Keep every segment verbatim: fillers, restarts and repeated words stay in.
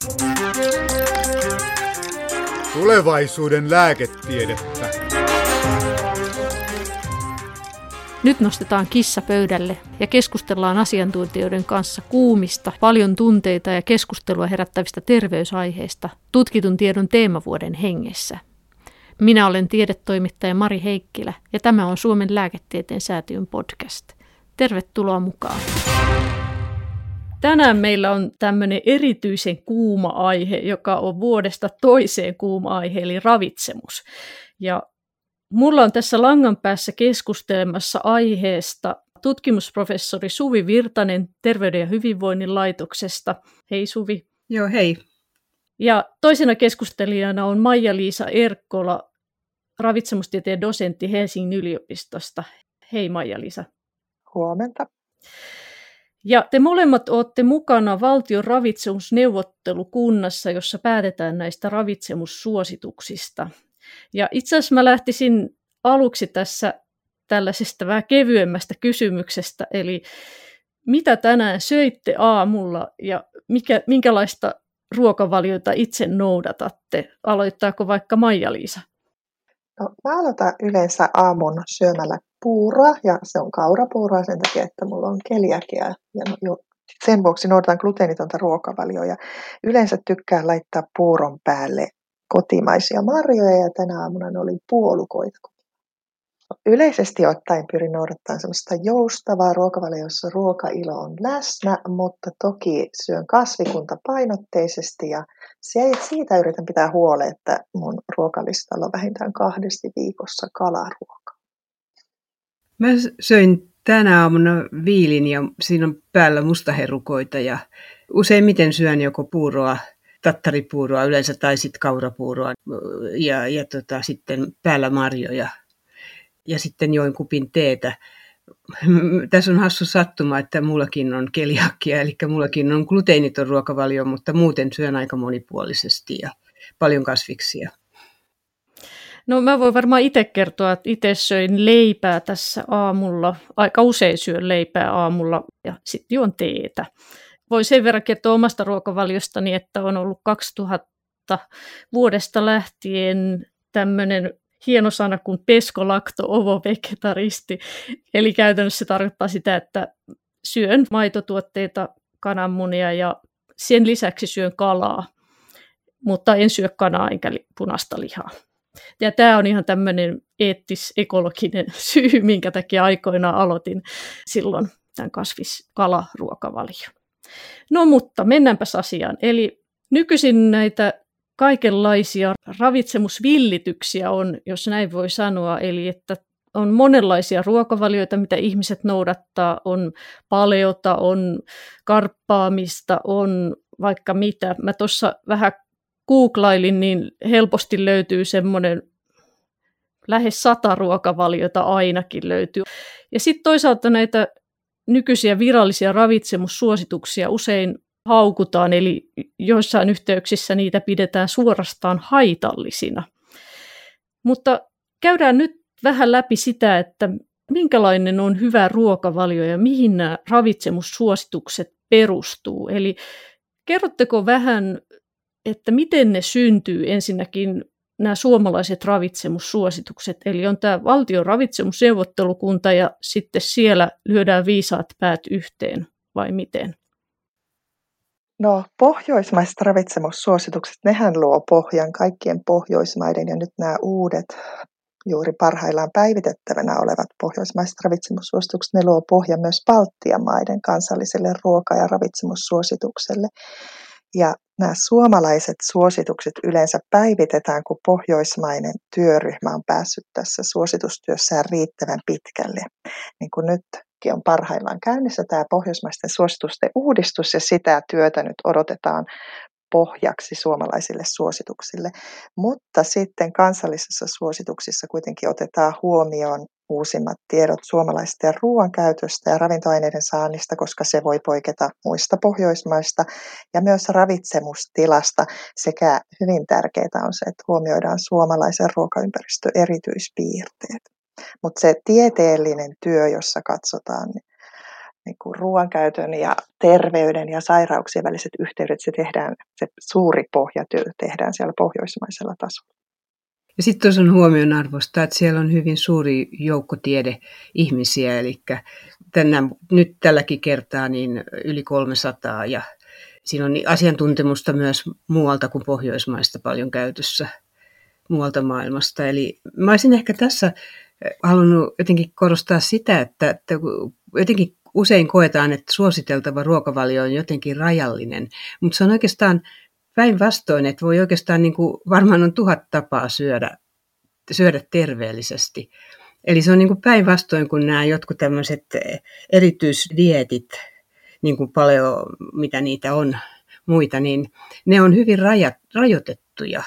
Tulevaisuuden lääketiedettä. Nyt nostetaan kissa pöydälle ja keskustellaan asiantuntijoiden kanssa kuumista, paljon tunteita ja keskustelua herättävistä terveysaiheista tutkitun tiedon teemavuoden hengessä. Minä olen tiedetoimittaja Mari Heikkilä ja tämä on Suomen lääketieteen säätiön podcast. Tervetuloa mukaan. Tänään meillä on tämmöinen erityisen kuuma aihe, joka on vuodesta toiseen kuuma aihe, eli ravitsemus. Ja mulla on tässä langan päässä keskustelemassa aiheesta tutkimusprofessori Suvi Virtanen Terveyden ja hyvinvoinnin laitoksesta. Hei Suvi. Joo, hei. Ja toisena keskustelijana on Maija-Liisa Erkkola, ravitsemustieteen dosentti Helsingin yliopistosta. Hei Maija-Liisa. Huomenta. Ja te molemmat olette mukana valtion ravitsemusneuvottelukunnassa, jossa päätetään näistä ravitsemussuosituksista. Ja itse asiassa mä lähtisin aluksi tässä tällaisesta vähän kevyemmästä kysymyksestä, eli mitä tänään söitte aamulla ja mikä, minkälaista ruokavaliota itse noudatatte? Aloittaako vaikka Maija-Liisa? No, mä aloitan yleensä aamun syömällä puuroa, ja se on kaurapuuroa sen takia, että mulla on keliakia, ja no, sen vuoksi noudatan gluteenitonta ruokavalioa, ja yleensä tykkään laittaa puuron päälle kotimaisia marjoja, ja tänä aamuna ne oli puolukoita. Yleisesti ottaen pyrin noudattamaan sellaista joustavaa ruokavalioa, jossa ruokailo on läsnä, mutta toki syön kasvikuntapainotteisesti ja siitä yritän pitää huolen, että mun ruokalistalla on vähintään kahdesti viikossa kalaruokaa. Mä söin tänä aamuna viilin ja siinä on päällä mustaherukoita ja useimmiten syön joko puuroa, tattaripuuroa yleensä tai sitten kaurapuuroa ja, ja tota, sitten päällä marjoja. Ja sitten join kupin teetä. Tässä on hassu sattuma, että mullakin on keliakia, eli mullakin on gluteeniton ruokavalio, mutta muuten syön aika monipuolisesti ja paljon kasviksia. No mä voin varmaan itse kertoa, että itse söin leipää tässä aamulla. Aika usein syön leipää aamulla ja sitten juon teetä. Voin sen verran kertoa omasta ruokavaliostani, että on ollut kaksituhatta vuodesta lähtien tämmöinen hieno sana kuin peskolakto-ovo-vegetaristi. Eli käytännössä se tarkoittaa sitä, että syön maitotuotteita, kananmunia ja sen lisäksi syön kalaa, mutta en syö kanaa enkä punaista lihaa. Ja tämä on ihan tämmöinen eettis-ekologinen syy, minkä takia aikoinaan aloitin silloin tämän kasviskalaruokavalion. No mutta mennäänpäs asiaan. Eli nykyisin näitä kaikenlaisia ravitsemusvillityksiä on, jos näin voi sanoa, eli että on monenlaisia ruokavalioita, mitä ihmiset noudattaa, on paleota, on karppaamista, on vaikka mitä. Mä tuossa vähän googlailin, niin helposti löytyy semmoinen lähes sata ruokavaliota ainakin löytyy. Ja sitten toisaalta näitä nykyisiä virallisia ravitsemussuosituksia usein haukutaan, eli joissain yhteyksissä niitä pidetään suorastaan haitallisina. Mutta käydään nyt vähän läpi sitä, että minkälainen on hyvä ruokavalio ja mihin nämä ravitsemussuositukset perustuu. Eli kerrotteko vähän, että miten ne syntyy ensinnäkin nämä suomalaiset ravitsemussuositukset. Eli on tämä valtion ravitsemusneuvottelukunta ja sitten siellä lyödään viisaat päät yhteen vai miten? No, pohjoismaiset ravitsemussuositukset, nehän luo pohjan kaikkien Pohjoismaiden ja nyt nämä uudet, juuri parhaillaan päivitettävänä olevat pohjoismaiset ravitsemussuositukset, ne luo pohjan myös Baltian maiden kansalliselle ruoka- ja ravitsemussuositukselle. Ja nämä suomalaiset suositukset yleensä päivitetään, kun pohjoismainen työryhmä on päässyt tässä suositustyössään riittävän pitkälle. Niin kuin nytkin on parhaillaan käynnissä tämä pohjoismaisten suositusten uudistus ja sitä työtä nyt odotetaan pohjaksi suomalaisille suosituksille. Mutta sitten kansallisissa suosituksissa kuitenkin otetaan huomioon uusimmat tiedot suomalaisten ruoan käytöstä ja ravintoaineiden saannista, koska se voi poiketa muista Pohjoismaista ja myös ravitsemustilasta sekä hyvin tärkeää on se, että huomioidaan suomalaisen ruokaympäristön erityispiirteet. Mutta se tieteellinen työ, jossa katsotaan niin kuin ruoankäytön ja terveyden ja sairauksien väliset yhteydet, se tehdään, se suuri pohjatyö tehdään siellä pohjoismaisella tasolla. Ja sitten tuossa on huomionarvoista, että siellä on hyvin suuri joukko tiedeihmisiä, eli tänään, nyt tälläkin kertaa niin yli kolmesataa, ja siinä on asiantuntemusta myös muualta kuin Pohjoismaista paljon käytössä, muualta maailmasta. Eli mä olisin ehkä tässä halunnut jotenkin korostaa sitä, että, että jotenkin usein koetaan, että suositeltava ruokavalio on jotenkin rajallinen, mutta se on oikeastaan päinvastoin, että voi oikeastaan, niin kuin, varmaan on tuhat tapaa syödä, syödä terveellisesti. Eli se on niin kuin päinvastoin kuin nämä jotkut tämmöiset erityisdieetit, niin kuin paljon mitä niitä on muita, niin ne on hyvin rajat, rajoitettuja.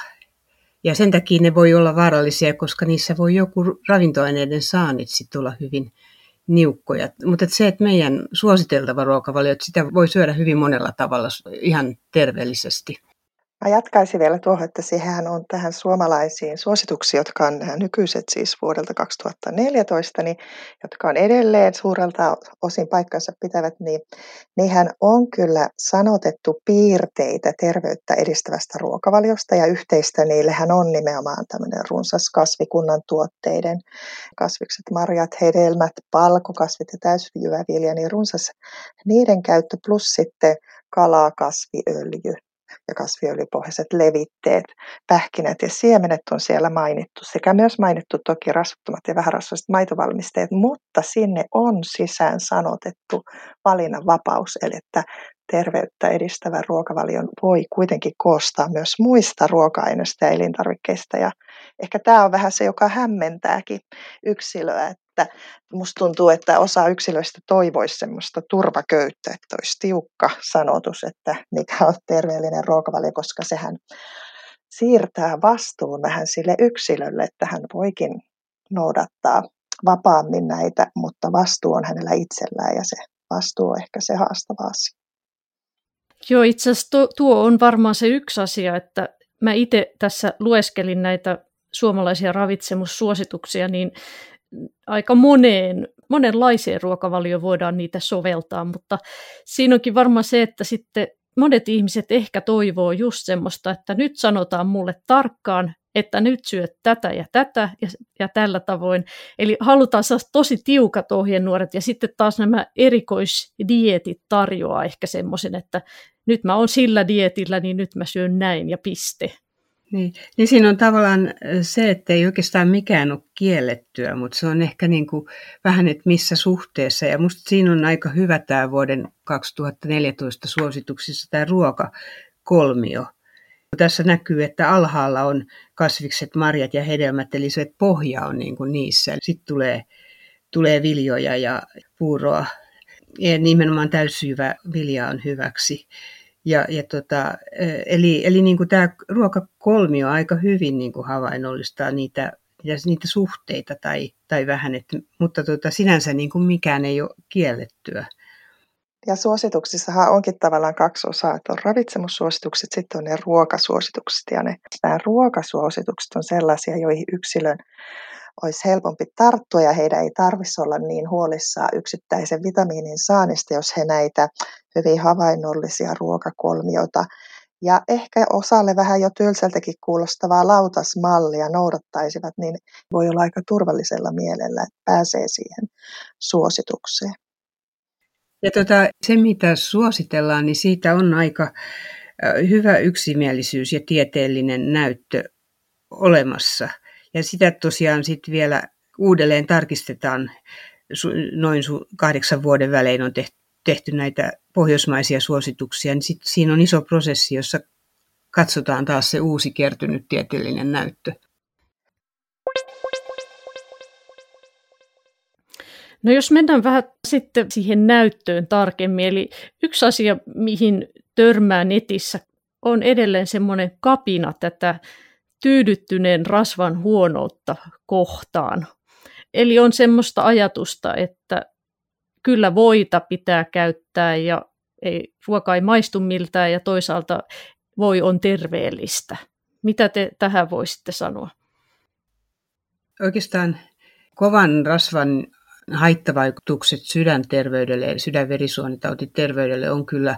Ja sen takia ne voi olla vaarallisia, koska niissä voi joku ravintoaineiden saannit sitten olla hyvin niukkoja. Mutta se, että meidän suositeltava ruokavalio, että sitä voi syödä hyvin monella tavalla ihan terveellisesti. Mä jatkaisin vielä tuohon, että siihen on tähän suomalaisiin suosituksiin, jotka on nämä nykyiset siis vuodelta kaksituhattaneljätoista, niin, jotka on edelleen suurelta osin paikkansa pitävät, niin niinhän on kyllä sanotettu piirteitä terveyttä edistävästä ruokavaliosta, ja yhteistä niillehän on nimenomaan tämmöinen runsas kasvikunnan tuotteiden, kasvikset, marjat, hedelmät, palkokasvit ja täysjyvävilja, niin runsas niiden käyttö plus sitten kala, kasviöljy ja kasviöljypohjaiset levitteet, pähkinät ja siemenet on siellä mainittu, sekä myös mainittu toki rasvattomat ja vähärasvaiset maitovalmisteet, mutta sinne on sisään sanotettu valinnanvapaus, eli että terveyttä edistävä ruokavalion voi kuitenkin koostaa myös muista ruoka-aineista ja elintarvikkeista, ja ehkä tämä on vähän se, joka hämmentääkin yksilöä, että musta tuntuu, että osa yksilöistä toivoisi semmoista turvaköyttä, että olisi tiukka sanotus, että mikä on terveellinen ruokavalio, koska sehän siirtää vastuun vähän sille yksilölle, että hän voikin noudattaa vapaammin näitä, mutta vastuu on hänellä itsellään, ja se vastuu on ehkä se haastava asia. Joo, itse asiassa tuo on varmaan se yksi asia, että mä itse tässä lueskelin näitä suomalaisia ravitsemussuosituksia, niin aika moneen, monenlaiseen ruokavalioon voidaan niitä soveltaa, mutta siinä onkin varmaan se, että sitten monet ihmiset ehkä toivoo just semmoista, että nyt sanotaan mulle tarkkaan, että nyt syöt tätä ja tätä ja, ja tällä tavoin. Eli halutaan saada tosi tiukat ohjenuoret, ja sitten taas nämä erikoisdietit tarjoaa ehkä semmoisen, että nyt mä oon sillä dietillä, niin nyt mä syön näin ja piste. Niin, niin siinä on tavallaan se, että ei oikeastaan mikään ole kiellettyä, mutta se on ehkä niin kuin vähän, että missä suhteessa. Ja musta siinä on aika hyvä tämä vuoden kaksituhattaneljätoista suosituksissa tämä ruokakolmio. Tässä näkyy, että alhaalla on kasvikset, marjat ja hedelmät, eli se että pohja on niin kuin niissä. Sitten tulee, tulee viljoja ja puuroa, ja nimenomaan täysjyvä vilja on hyväksi. Ja, ja tota, eli eli niin kuin tämä ruokakolmio aika hyvin niin kuin havainnollistaa niitä, niitä suhteita tai, tai vähän, että, mutta tota, sinänsä niin kuin mikään ei ole kiellettyä. Ja suosituksissahan onkin tavallaan kaksi osaa, että on ravitsemussuositukset, sitten on ne ruokasuositukset. Ja ne, nämä ruokasuositukset on sellaisia, joihin yksilön olisi helpompi tarttua, ja heidän ei tarvitsisi olla niin huolissaan yksittäisen vitamiinin saannista, jos he näitä hyvin havainnollisia ruokakolmioita ja ehkä osalle vähän jo tylsältäkin kuulostavaa lautasmallia noudattaisivat, niin voi olla aika turvallisella mielellä, että pääsee siihen suositukseen. Ja tota, se, mitä suositellaan, niin siitä on aika hyvä yksimielisyys ja tieteellinen näyttö olemassa. Ja sitä tosiaan sitten vielä uudelleen tarkistetaan, noin kahdeksan vuoden välein on tehty, tehty näitä pohjoismaisia suosituksia, niin sit siinä on iso prosessi, jossa katsotaan taas se uusi kertynyt tieteellinen näyttö. No jos mennään vähän sitten siihen näyttöön tarkemmin, eli yksi asia, mihin törmää netissä, on edelleen semmoinen kapina tätä tyydyttyneen rasvan huonoutta kohtaan. Eli on semmoista ajatusta, että kyllä voita pitää käyttää ja ei, ruoka ei maistu miltään ja toisaalta voi on terveellistä. Mitä te tähän voisitte sanoa? Oikeastaan kovan rasvan haittavaikutukset sydänterveydelle ja sydänverisuonitautiterveydelle on kyllä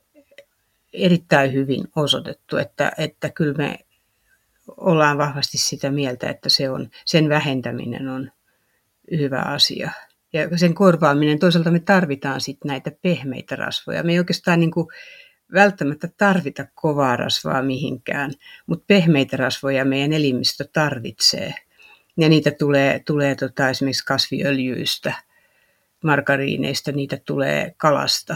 erittäin hyvin osoitettu, että, että kyllä me ollaan vahvasti sitä mieltä, että se on, sen vähentäminen on hyvä asia. Ja sen korvaaminen, toisaalta me tarvitaan sitten näitä pehmeitä rasvoja. Me ei oikeastaan niin kuin välttämättä tarvita kovaa rasvaa mihinkään, mutta pehmeitä rasvoja meidän elimistö tarvitsee. Ja niitä tulee, tulee tota esimerkiksi kasviöljyistä, margariineista, niitä tulee kalasta.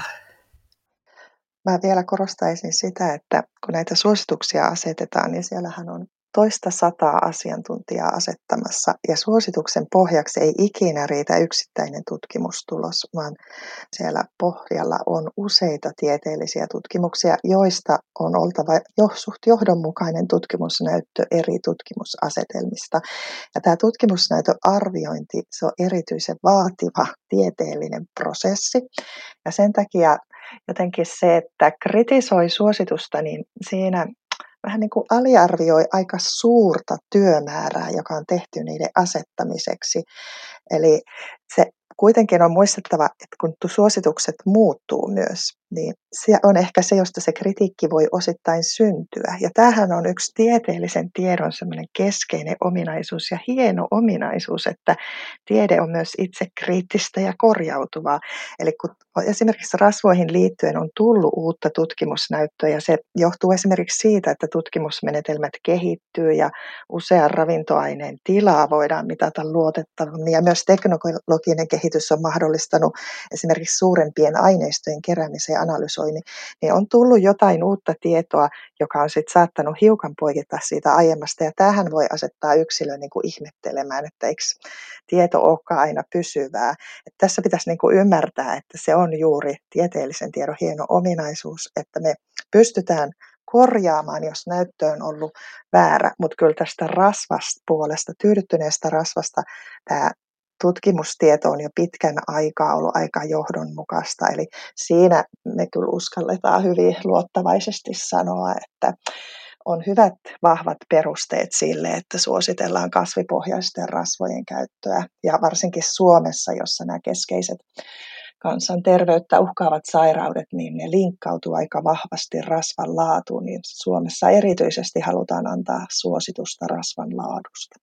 Mä vielä korostaisin sitä, että kun näitä suosituksia asetetaan, niin siellähän on toista sataa asiantuntijaa asettamassa. Ja suosituksen pohjaksi ei ikinä riitä yksittäinen tutkimustulos, vaan siellä pohjalla on useita tieteellisiä tutkimuksia, joista on oltava jo suht johdonmukainen tutkimusnäyttö eri tutkimusasetelmista. Ja tämä tutkimusnäytön arviointi, se on erityisen vaativa tieteellinen prosessi. Ja sen takia jotenkin se, että kritisoi suositusta, niin siinä vähän niin kuin aliarvioi aika suurta työmäärää, joka on tehty niiden asettamiseksi. Eli se kuitenkin on muistettava, että kun suositukset muuttuu myös, niin se on ehkä se, josta se kritiikki voi osittain syntyä. Ja tämähän on yksi tieteellisen tiedon semmoinen keskeinen ominaisuus ja hieno ominaisuus, että tiede on myös itse kriittistä ja korjautuvaa. Eli kun esimerkiksi rasvoihin liittyen on tullut uutta tutkimusnäyttöä ja se johtuu esimerkiksi siitä, että tutkimusmenetelmät kehittyy ja usean ravintoaineen tilaa voidaan mitata luotettavammin ja myös teknologinen kehitys on mahdollistanut esimerkiksi suurempien aineistojen keräämisen ja analysoinnin, niin on tullut jotain uutta tietoa, joka on sitten saattanut hiukan poiketa siitä aiemmasta ja tämähän voi asettaa yksilön niin kuin ihmettelemään, että eikö tieto olekaan aina pysyvää. Että tässä pitäisi niin kuin ymmärtää, että se on juuri tieteellisen tiedon hieno ominaisuus, että me pystytään korjaamaan, jos näyttö on ollut väärä, mutta kyllä tästä rasvasta puolesta, tyydyttyneestä rasvasta, tämä tutkimustieto on jo pitkän aikaa ollut aika johdonmukaista, eli siinä me kyllä uskalletaan hyvin luottavaisesti sanoa, että on hyvät vahvat perusteet sille, että suositellaan kasvipohjaisten rasvojen käyttöä ja varsinkin Suomessa, jossa nämä keskeiset kansanterveyttä uhkaavat sairaudet, niin ne linkkautuu aika vahvasti rasvan laatuun, niin Suomessa erityisesti halutaan antaa suositusta rasvan laadusta.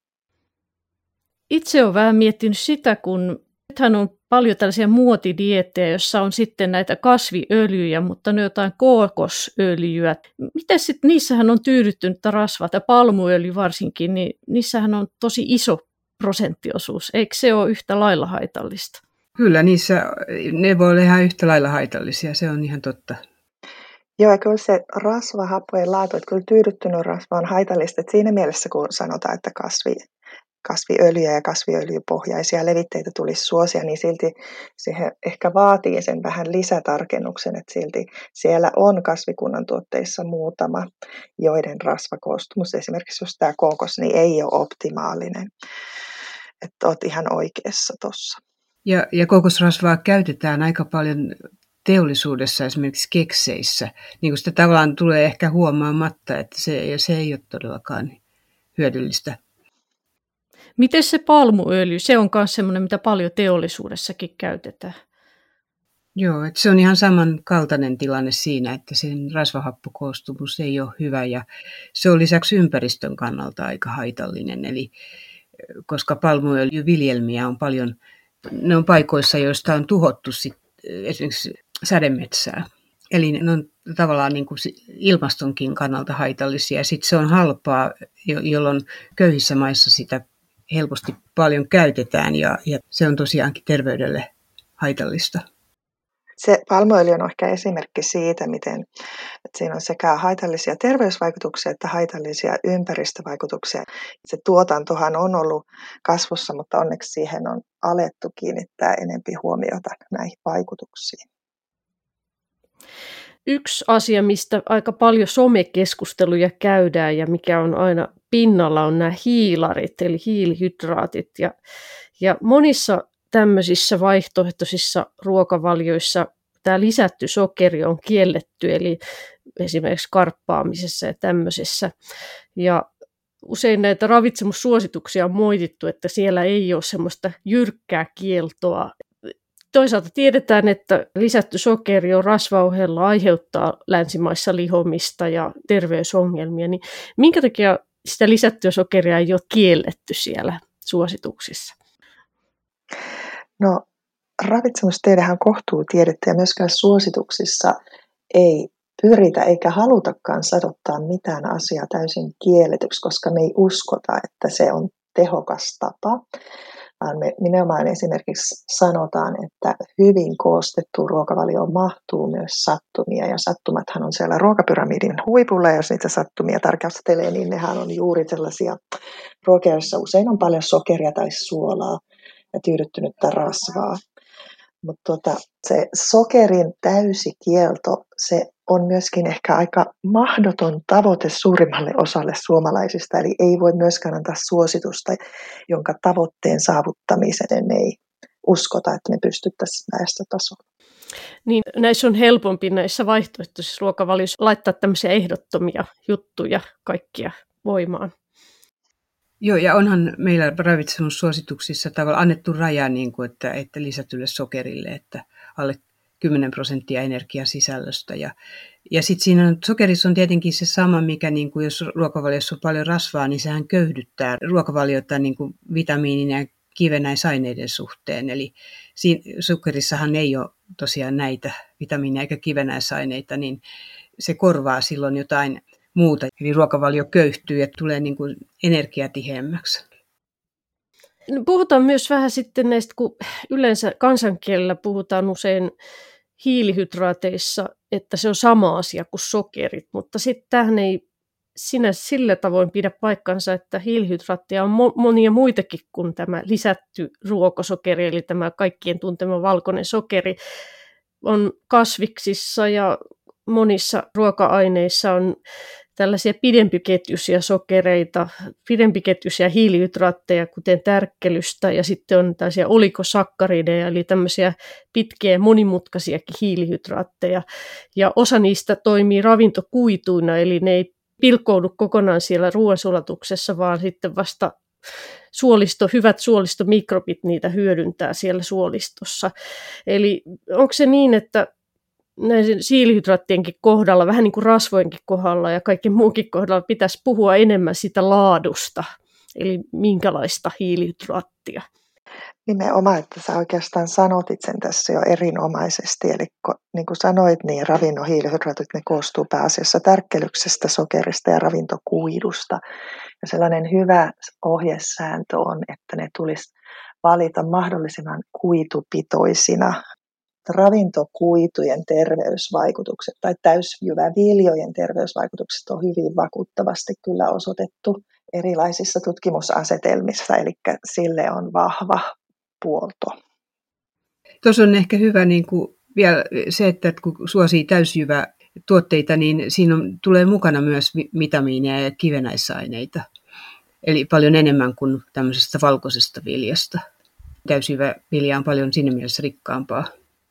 Itse olen vähän miettinyt sitä, kun nythän on paljon tällaisia muotidiettejä, joissa on sitten näitä kasviöljyjä, mutta ne jotain kookosöljyä. Miten sitten niissähän on tyydyttynyttä rasvaa, tai palmuöljy varsinkin, niin niissähän on tosi iso prosenttiosuus. Eikö se ole yhtä lailla haitallista? Kyllä, niissä ne voi olla ihan yhtä lailla haitallisia, se on ihan totta. Joo, ja kyllä se rasvahappojen laatu, että kyllä tyydyttynyt rasva on haitallista. Että siinä mielessä, kun sanotaan, että kasvi, kasviöljyjä ja kasviöljypohjaisia levitteitä tulisi suosia, niin silti siihen ehkä vaatii sen vähän lisätarkennuksen, että silti siellä on kasvikunnan tuotteissa muutama, joiden rasvakoostumus, esimerkiksi jos tämä kookos, niin ei ole optimaalinen. Että olet ihan oikeassa tuossa. Ja, ja kookosrasvaa käytetään aika paljon teollisuudessa, esimerkiksi kekseissä. Niin kuin sitä tavallaan tulee ehkä huomaamatta, että se, ja se ei ole todellakaan hyödyllistä. Miten se palmuöljy? Se on myös sellainen, mitä paljon teollisuudessakin käytetään. Joo, että se on ihan samankaltainen tilanne siinä, että sen rasvahappokoostumus ei ole hyvä ja se on lisäksi ympäristön kannalta aika haitallinen. Eli koska palmuöljyviljelmiä on paljon, ne on paikoissa, joista on tuhottu sit, esimerkiksi sädemetsää. Eli ne on tavallaan niin kuin ilmastonkin kannalta haitallisia. Ja sitten se on halpaa, jolloin köyhissä maissa sitä helposti paljon käytetään ja, ja se on tosiaankin terveydelle haitallista. Se palmuöljy on ehkä esimerkki siitä, miten että siinä on sekä haitallisia terveysvaikutuksia että haitallisia ympäristövaikutuksia. Se tuotantohan on ollut kasvussa, mutta onneksi siihen on alettu kiinnittää enemmän huomiota näihin vaikutuksiin. Yksi asia, mistä aika paljon somekeskusteluja käydään ja mikä on aina pinnalla, on nämä hiilarit, eli hiilihydraatit. Ja, ja monissa tämmöisissä vaihtoehtoisissa ruokavalioissa tämä lisätty sokeri on kielletty, eli esimerkiksi karppaamisessa ja tämmöisessä. Ja usein näitä ravitsemussuosituksia on moitittu, että siellä ei ole semmoista jyrkkää kieltoa. Toisaalta tiedetään, että lisätty sokeri on rasvaohella aiheuttaa länsimaissa lihomista ja terveysongelmia. Niin minkä takia sitä lisättyä sokeria ei ole kielletty siellä suosituksissa? No, ravitsemustiedehän kohtuu tiedettä ja myöskään suosituksissa ei pyritä eikä halutakaan sadottaa mitään asiaa täysin kielletyksi, koska me ei uskota, että se on tehokas tapa. Vaan me nimenomaan esimerkiksi sanotaan, että hyvin koostettuun ruokavalioon mahtuu myös sattumia, ja sattumathan on siellä ruokapyramidin huipulla, ja jos niitä sattumia tarkastelee, niin nehän on juuri sellaisia ruokia, joissa usein on paljon sokeria tai suolaa ja tyydyttynyttä rasvaa. Mutta tota, se sokerin täysi kielto, se on myöskin ehkä aika mahdoton tavoite suurimmalle osalle suomalaisista, eli ei voi myöskään antaa suositusta, jonka tavoitteen saavuttamiseen ei uskota, että me pystyttäisiin väestötasolla. Niin näissä on helpompi näissä vaihtoehtoisissa ruokavalioissa laittaa tämmöisiä ehdottomia juttuja kaikkia voimaan. Joo, ja onhan meillä ravitsemussuosituksissa tavallaan annettu raja, niin kuin, että, että lisätylle sokerille, että alle kymmenen prosenttia energiasisällöstä. Ja, ja sitten siinä on, sokerissa on tietenkin se sama, mikä niin kuin jos ruokavaliossa on paljon rasvaa, niin sehän köyhdyttää ruokavaliota niin kuin vitamiinin ja kivennäisaineiden suhteen. Eli siinä, sokerissahan ei ole tosiaan näitä vitamiineja eikä kivennäisaineita, niin se korvaa silloin jotain muuta. Eli ruokavalio köyhtyy ja tulee niin kuin energiatiheämmäksi. Puhutaan myös vähän sitten näistä, kun yleensä kansankielellä puhutaan usein hiilihydraateissa, että se on sama asia kuin sokerit, mutta sitten tähän ei sinä sillä tavoin pidä paikkansa, että hiilihydraatteja on mo- monia muitakin kuin tämä lisätty ruokosokeri, eli tämä kaikkien tuntema valkoinen sokeri on kasviksissa ja monissa ruoka-aineissa on tällaisia pidempiketjuisia sokereita, pidempiketjuisia hiilihydraatteja, kuten tärkkelystä, ja sitten on tällaisia olikosakkarideja, eli tämmöisiä pitkiä ja monimutkaisiakin hiilihydraatteja. Ja osa niistä toimii ravintokuituina, eli ne ei pilkkoudu kokonaan siellä ruoansulatuksessa, vaan sitten vasta suolisto, hyvät suolistomikrobit niitä hyödyntää siellä suolistossa. Eli onko se niin, että näiden hiilihydraattienkin kohdalla, vähän niin kuin rasvojenkin kohdalla ja kaiken muunkin kohdalla pitäisi puhua enemmän sitä laadusta, eli minkälaista hiilihydraattia? Nimenomaan, että sä oikeastaan sanotit sen tässä jo erinomaisesti, eli niin kuin sanoit, niin ravinnon hiilihydraatit, ne koostuu pääasiassa tärkkelyksestä, sokerista ja ravintokuidusta. Ja sellainen hyvä ohjesääntö on, että ne tulisi valita mahdollisimman kuitupitoisina. Ravintokuitujen terveysvaikutukset tai täysjyväviljojen terveysvaikutukset on hyvin vakuuttavasti kyllä osoitettu erilaisissa tutkimusasetelmissa, eli sille on vahva puolto. Tuossa on ehkä hyvä niin kuin vielä se, että kun suosii täysjyvätuotteita, niin siinä on, tulee mukana myös vitamiineja ja kivennäisaineita, eli paljon enemmän kuin tämmöisestä valkoisesta viljasta. Täysjyvävilja on paljon siinä mielessä rikkaampaa.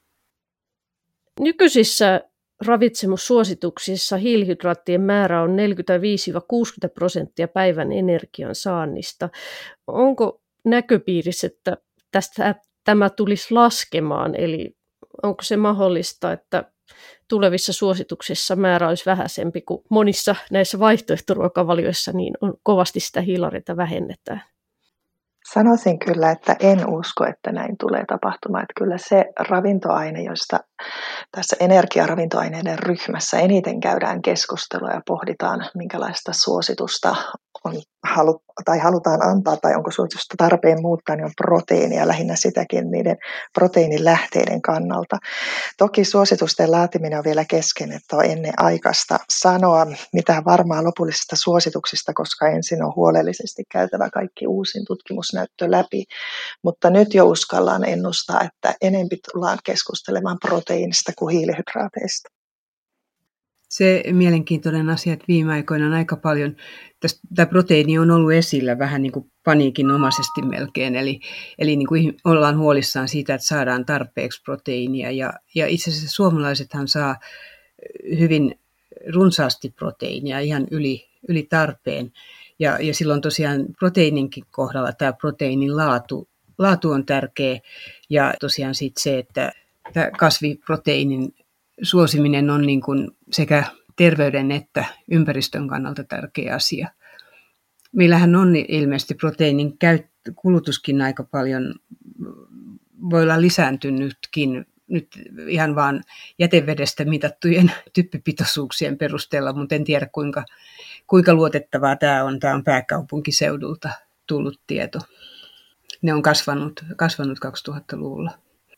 Nykyisissä ravitsemussuosituksissa hiilihydraattien määrä on neljäkymmentäviisi kuusikymmentä prosenttia päivän energian saannista. Onko näköpiirissä, että tästä tämä tulisi laskemaan, eli onko se mahdollista, että tulevissa suosituksissa määrä olisi vähäisempi kuin monissa näissä vaihtoehtoruokavalioissa, niin on kovasti sitä hiilareita vähennetään? Sanoisin kyllä, että en usko, että näin tulee tapahtumaan. Että kyllä se ravintoaine, josta tässä energiaravintoaineiden ryhmässä eniten käydään keskustelua ja pohditaan, minkälaista suositusta on halu, tai halutaan antaa tai onko suositusta tarpeen muuttaa, niin on proteiini ja lähinnä sitäkin niiden proteiinilähteiden kannalta. Toki suositusten laatiminen on vielä kesken, että on ennen aikaista sanoa mitään varmaa lopullisista suosituksista, koska ensin on huolellisesti käytävä kaikki uusin tutkimusnäyttö läpi, mutta nyt jo uskallaan ennustaa, että enempi tullaan keskustelemaan proteiinista kuin hiilihydraateista. Se mielenkiintoinen asia, että viime aikoina on aika paljon, tämä proteiini on ollut esillä vähän niin kuin paniikinomaisesti melkein, eli, eli niin kuin ollaan huolissaan siitä, että saadaan tarpeeksi proteiinia, ja, ja itse asiassa suomalaisethan saa hyvin runsaasti proteiinia, ihan yli, yli tarpeen, Ja, ja silloin tosiaan proteiininkin kohdalla tämä proteiinin laatu, laatu on tärkeä. Ja tosiaan sit se, että tämä kasviproteiinin suosiminen on niin kuin sekä terveyden että ympäristön kannalta tärkeä asia. Meillähän on ilmeisesti proteiinin käyt- kulutuskin aika paljon, voi olla lisääntynytkin nyt ihan vaan jätevedestä mitattujen typpipitoisuuksien perusteella, mutta en tiedä kuinka, kuinka luotettavaa tämä on. Tämä on pääkaupunkiseudulta tullut tieto. Ne on kasvanut, kasvanut kaksituhattaluvulla.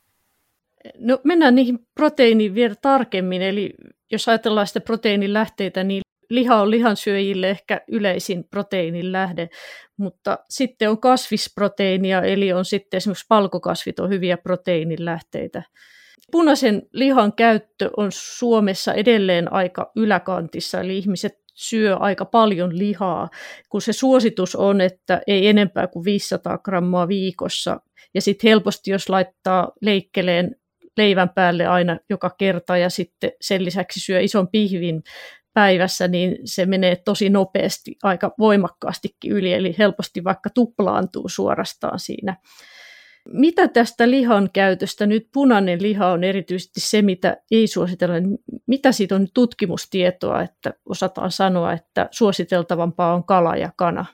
No mennään niihin proteiiniin vielä tarkemmin, eli jos ajatellaan sitä proteiinin lähteitä, niin liha on lihansyöjille ehkä yleisin proteiinin lähde, mutta sitten on kasvisproteiinia, eli on sitten esimerkiksi palkokasvit on hyviä proteiinin lähteitä. Punaisen lihan käyttö on Suomessa edelleen aika yläkantissa, eli ihmiset syö aika paljon lihaa, kun se suositus on, että ei enempää kuin viisisataa grammaa viikossa. Ja sitten helposti, jos laittaa leikkeleen leivän päälle aina joka kerta ja sitten sen lisäksi syö ison pihvin päivässä, niin se menee tosi nopeasti, aika voimakkaastikin yli, eli helposti vaikka tuplaantuu suorastaan siinä. Mitä tästä lihan käytöstä, nyt punainen liha on erityisesti se, mitä ei suositella, niin mitä siitä on tutkimustietoa, että osataan sanoa, että suositeltavampaa on kala ja kana?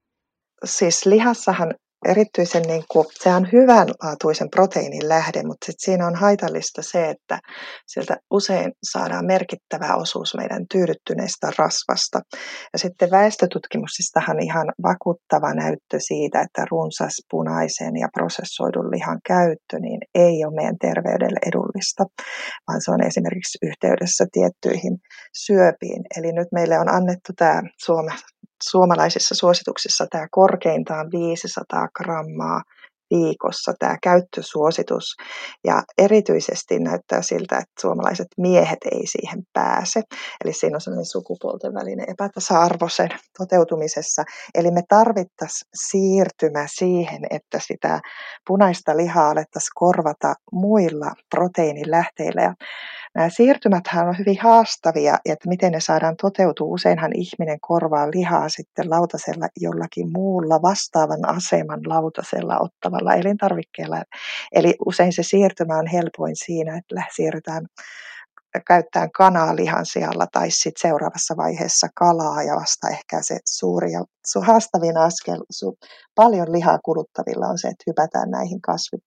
Siis lihassahan erityisen, niin kuin, se on hyvänlaatuisen proteiinin lähde, mutta sit siinä on haitallista se, että sieltä usein saadaan merkittävä osuus meidän tyydyttyneestä rasvasta. Ja sitten väestötutkimuksistahan ihan vakuuttava näyttö siitä, että runsas punaisen ja prosessoidun lihan käyttö niin ei ole meidän terveydelle edullista, vaan se on esimerkiksi yhteydessä tiettyihin syöpiin. Eli nyt meille on annettu tämä Suomessa Suomalaisissa suosituksissa tämä korkeintaan viisisataa grammaa viikossa tämä käyttösuositus ja erityisesti näyttää siltä, että suomalaiset miehet ei siihen pääse. Eli siinä on sellainen sukupuolten välinen epätasa-arvo sen toteutumisessa. Eli me tarvittaisiin siirtymä siihen, että sitä punaista lihaa alettaisiin korvata muilla proteiinilähteillä. Ja nämä siirtymäthän on hyvin haastavia, että miten ne saadaan toteutua. Useinhan ihminen korvaa lihaa sitten lautasella jollakin muulla vastaavan aseman lautasella ottavalla elintarvikkeella. Eli usein se siirtymä on helpoin siinä, että siirrytään käyttämään kanaa lihan sijalla tai sitten seuraavassa vaiheessa kalaa ja vasta ehkä se suuri ja haastavin askel paljon lihaa kuluttavilla on se, että hypätään näihin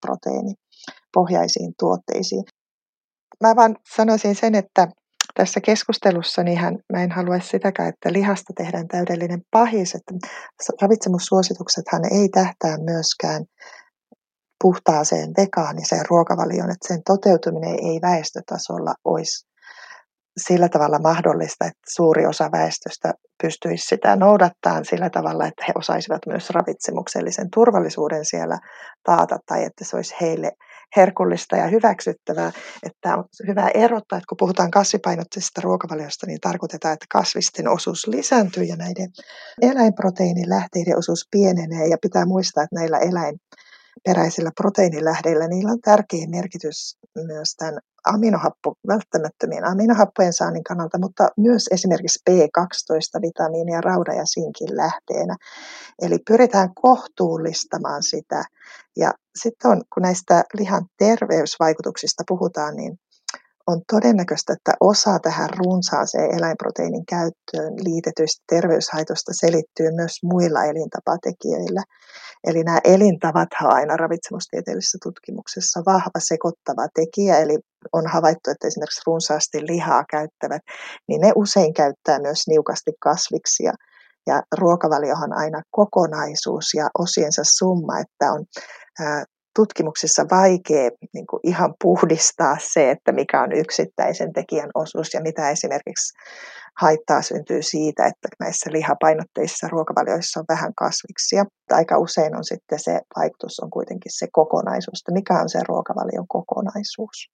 kasviproteiinipohjaisiin tuotteisiin. Mä vaan sanoisin sen, että tässä keskustelussa niinhän mä en haluaisi sitäkään, että lihasta tehdään täydellinen pahis. Että ravitsemussuosituksethan ei tähtää myöskään puhtaaseen vegaaniseen ruokavalioon, että sen toteutuminen ei väestötasolla olisi sillä tavalla mahdollista, että suuri osa väestöstä pystyisi sitä noudattamaan sillä tavalla, että he osaisivat myös ravitsemuksellisen turvallisuuden siellä taata tai että se olisi heille herkullista ja hyväksyttävää. Että on hyvä erottaa, että kun puhutaan kasvipainotteisesta ruokavaliosta, niin tarkoitetaan, että kasvisten osuus lisääntyy ja näiden eläinproteiinilähteiden osuus pienenee ja pitää muistaa, että näillä eläinperäisillä proteiinilähteillä niillä on tärkeä merkitys myös tämän aminohappo, välttämättömien aminohappojen saannin kannalta, mutta myös esimerkiksi B kaksitoista vitamiinia, raudan ja sinkin lähteenä. Eli pyritään kohtuullistamaan sitä. Ja sitten on, kun näistä lihan terveysvaikutuksista puhutaan, niin on todennäköistä, että osa tähän runsaaseen eläinproteiinin käyttöön liitetyistä terveyshaitoista selittyy myös muilla elintapatekijöillä. Eli nämä elintavathan on aina ravitsemustieteellisessä tutkimuksessa vahva sekoittava tekijä, eli on havaittu, että esimerkiksi runsaasti lihaa käyttävät, niin ne usein käyttää myös niukasti kasviksia. Ja ruokavaliohan aina kokonaisuus ja osiensa summa, että on ää, tutkimuksissa vaikea niin kuin ihan puhdistaa se, että mikä on yksittäisen tekijän osuus ja mitä esimerkiksi haittaa syntyy siitä, että näissä lihapainotteisissa ruokavalioissa on vähän kasviksia. Aika usein on sitten se vaikutus on kuitenkin se kokonaisuus, että mikä on se ruokavalion kokonaisuus.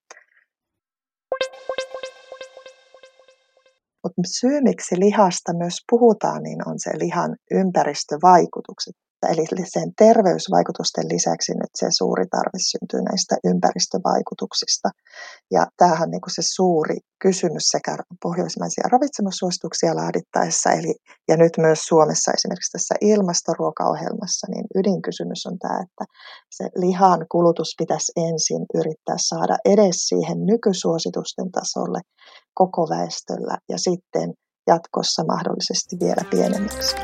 Mutta syy, miksi lihasta myös puhutaan, niin on se lihan ympäristövaikutukset. Eli sen terveysvaikutusten lisäksi nyt se suuri tarve syntyy näistä ympäristövaikutuksista. Ja tämähän on niin kuin se suuri kysymys sekä pohjoismaisia ravitsemussuosituksia laadittaessa, eli, ja nyt myös Suomessa esimerkiksi tässä ilmastoruokaohjelmassa, niin ydinkysymys on tämä, että se lihan kulutus pitäisi ensin yrittää saada edes siihen nykysuositusten tasolle koko väestöllä ja sitten jatkossa mahdollisesti vielä pienemmäksi.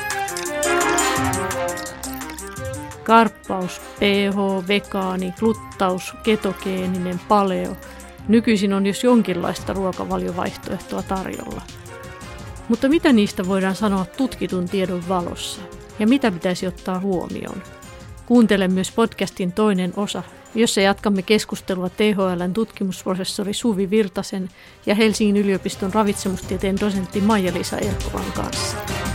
Karppaus, pH, vegaani, gluttaus, ketogeeninen, paleo. Nykyisin on jos jonkinlaista ruokavaliovaihtoehtoa tarjolla. Mutta mitä niistä voidaan sanoa tutkitun tiedon valossa? Ja mitä pitäisi ottaa huomioon? Kuuntele myös podcastin toinen osa, jossa jatkamme keskustelua T H L:n tutkimusprofessori Suvi Virtasen ja Helsingin yliopiston ravitsemustieteen dosentti Maija-Liisa Erkkolan kanssa.